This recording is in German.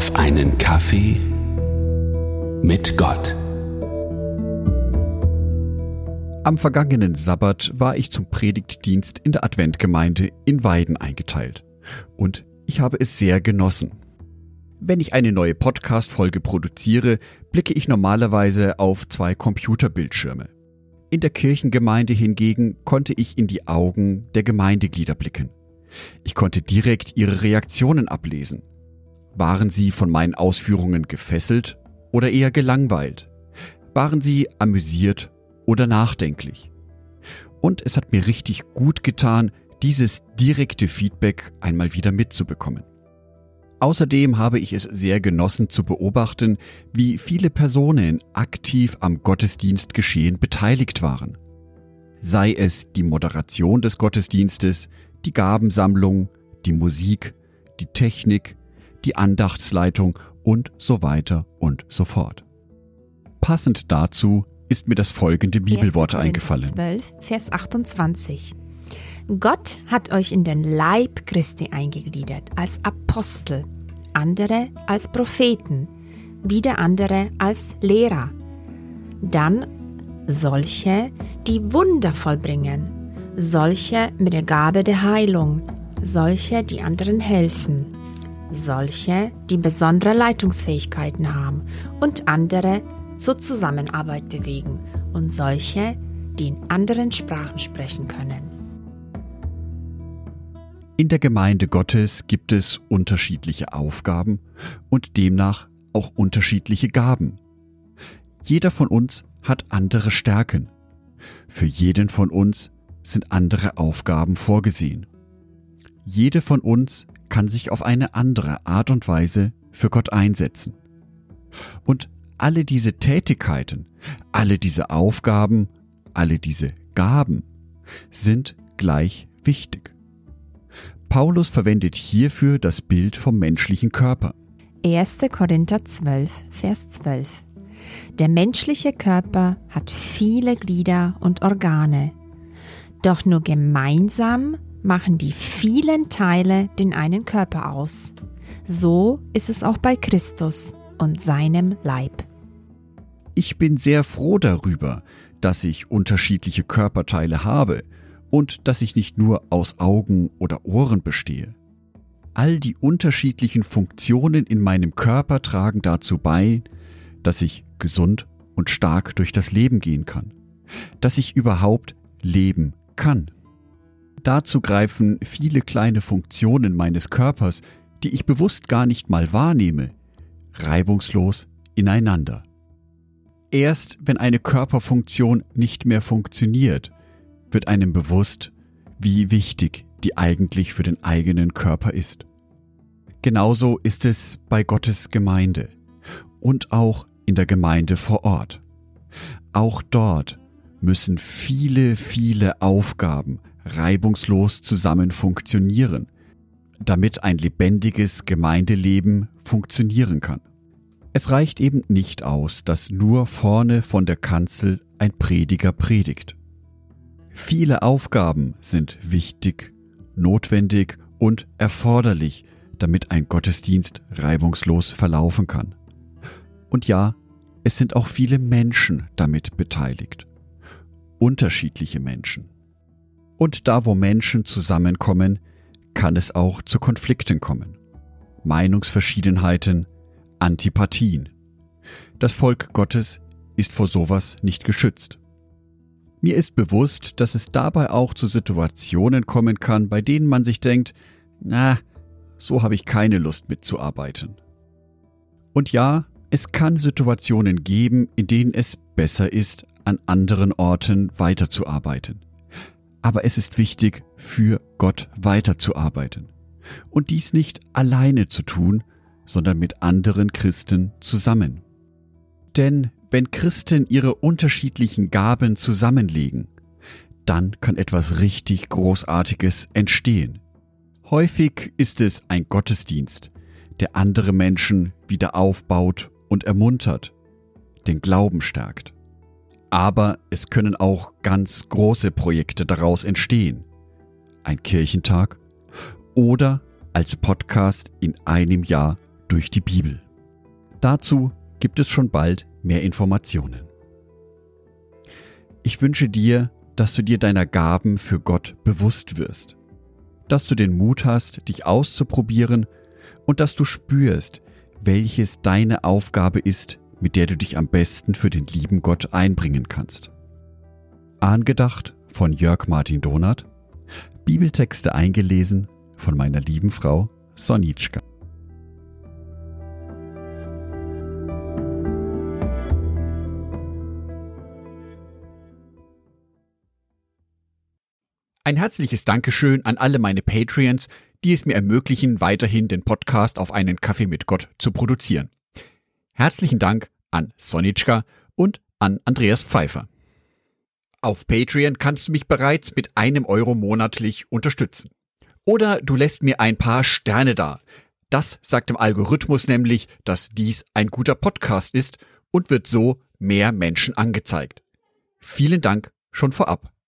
auf einen Kaffee mit Gott. Am vergangenen Sabbat war ich zum Predigtdienst in der Adventgemeinde in Weiden eingeteilt. Und ich habe es sehr genossen. Wenn ich eine neue Podcast-Folge produziere, blicke ich normalerweise auf 2 Computerbildschirme. In der Kirchengemeinde hingegen konnte ich in die Augen der Gemeindeglieder blicken. Ich konnte direkt ihre Reaktionen ablesen. Waren sie von meinen Ausführungen gefesselt oder eher gelangweilt? Waren sie amüsiert oder nachdenklich? Und es hat mir richtig gut getan, dieses direkte Feedback einmal wieder mitzubekommen. Außerdem habe ich es sehr genossen zu beobachten, wie viele Personen aktiv am Gottesdienstgeschehen beteiligt waren. Sei es die Moderation des Gottesdienstes, die Gabensammlung, die Musik, die Technik, die Andachtsleitung und so weiter und so fort. Passend dazu ist mir das folgende Bibelwort eingefallen. 12, Vers 28. Gott hat euch in den Leib Christi eingegliedert als Apostel, andere als Propheten, wieder andere als Lehrer. Dann solche, die Wunder vollbringen, solche mit der Gabe der Heilung, solche, die anderen helfen, solche, die besondere Leitungsfähigkeiten haben und andere zur Zusammenarbeit bewegen und solche, die in anderen Sprachen sprechen können. In der Gemeinde Gottes gibt es unterschiedliche Aufgaben und demnach auch unterschiedliche Gaben. Jeder von uns hat andere Stärken. Für jeden von uns sind andere Aufgaben vorgesehen. Jede von uns kann sich auf eine andere Art und Weise für Gott einsetzen. Und alle diese Tätigkeiten, alle diese Aufgaben, alle diese Gaben sind gleich wichtig. Paulus verwendet hierfür das Bild vom menschlichen Körper. 1. Korinther 12, Vers 12. Der menschliche Körper hat viele Glieder und Organe, doch nur gemeinsam machen die vielen Teile den einen Körper aus. So ist es auch bei Christus und seinem Leib. Ich bin sehr froh darüber, dass ich unterschiedliche Körperteile habe und dass ich nicht nur aus Augen oder Ohren bestehe. All die unterschiedlichen Funktionen in meinem Körper tragen dazu bei, dass ich gesund und stark durch das Leben gehen kann, dass ich überhaupt leben kann. Dazu greifen viele kleine Funktionen meines Körpers, die ich bewusst gar nicht mal wahrnehme, reibungslos ineinander. Erst wenn eine Körperfunktion nicht mehr funktioniert, wird einem bewusst, wie wichtig die eigentlich für den eigenen Körper ist. Genauso ist es bei Gottes Gemeinde und auch in der Gemeinde vor Ort. Auch dort müssen viele, viele Aufgaben reibungslos zusammen funktionieren, damit ein lebendiges Gemeindeleben funktionieren kann. Es reicht eben nicht aus, dass nur vorne von der Kanzel ein Prediger predigt. Viele Aufgaben sind wichtig, notwendig und erforderlich, damit ein Gottesdienst reibungslos verlaufen kann. Und ja, es sind auch viele Menschen damit beteiligt. Unterschiedliche Menschen. Und da, wo Menschen zusammenkommen, kann es auch zu Konflikten kommen. Meinungsverschiedenheiten, Antipathien. Das Volk Gottes ist vor sowas nicht geschützt. Mir ist bewusst, dass es dabei auch zu Situationen kommen kann, bei denen man sich denkt, so habe ich keine Lust mitzuarbeiten. Und ja, es kann Situationen geben, in denen es besser ist, an anderen Orten weiterzuarbeiten. Aber es ist wichtig, für Gott weiterzuarbeiten. Und dies nicht alleine zu tun, sondern mit anderen Christen zusammen. Denn wenn Christen ihre unterschiedlichen Gaben zusammenlegen, dann kann etwas richtig Großartiges entstehen. Häufig ist es ein Gottesdienst, der andere Menschen wieder aufbaut und ermuntert, den Glauben stärkt. Aber es können auch ganz große Projekte daraus entstehen. Ein Kirchentag oder als Podcast in einem Jahr durch die Bibel. Dazu gibt es schon bald mehr Informationen. Ich wünsche dir, dass du dir deiner Gaben für Gott bewusst wirst, dass du den Mut hast, dich auszuprobieren und dass du spürst, welches deine Aufgabe ist, mit der du dich am besten für den lieben Gott einbringen kannst. Angedacht von Jörg Martin Donath, Bibeltexte eingelesen von meiner lieben Frau Sonitschka. Ein herzliches Dankeschön an alle meine Patreons, die es mir ermöglichen, weiterhin den Podcast auf einen Kaffee mit Gott zu produzieren. Herzlichen Dank an Sonitschka und an Andreas Pfeiffer. Auf Patreon kannst du mich bereits mit €1 monatlich unterstützen. Oder du lässt mir ein paar Sterne da. Das sagt dem Algorithmus nämlich, dass dies ein guter Podcast ist und wird so mehr Menschen angezeigt. Vielen Dank schon vorab.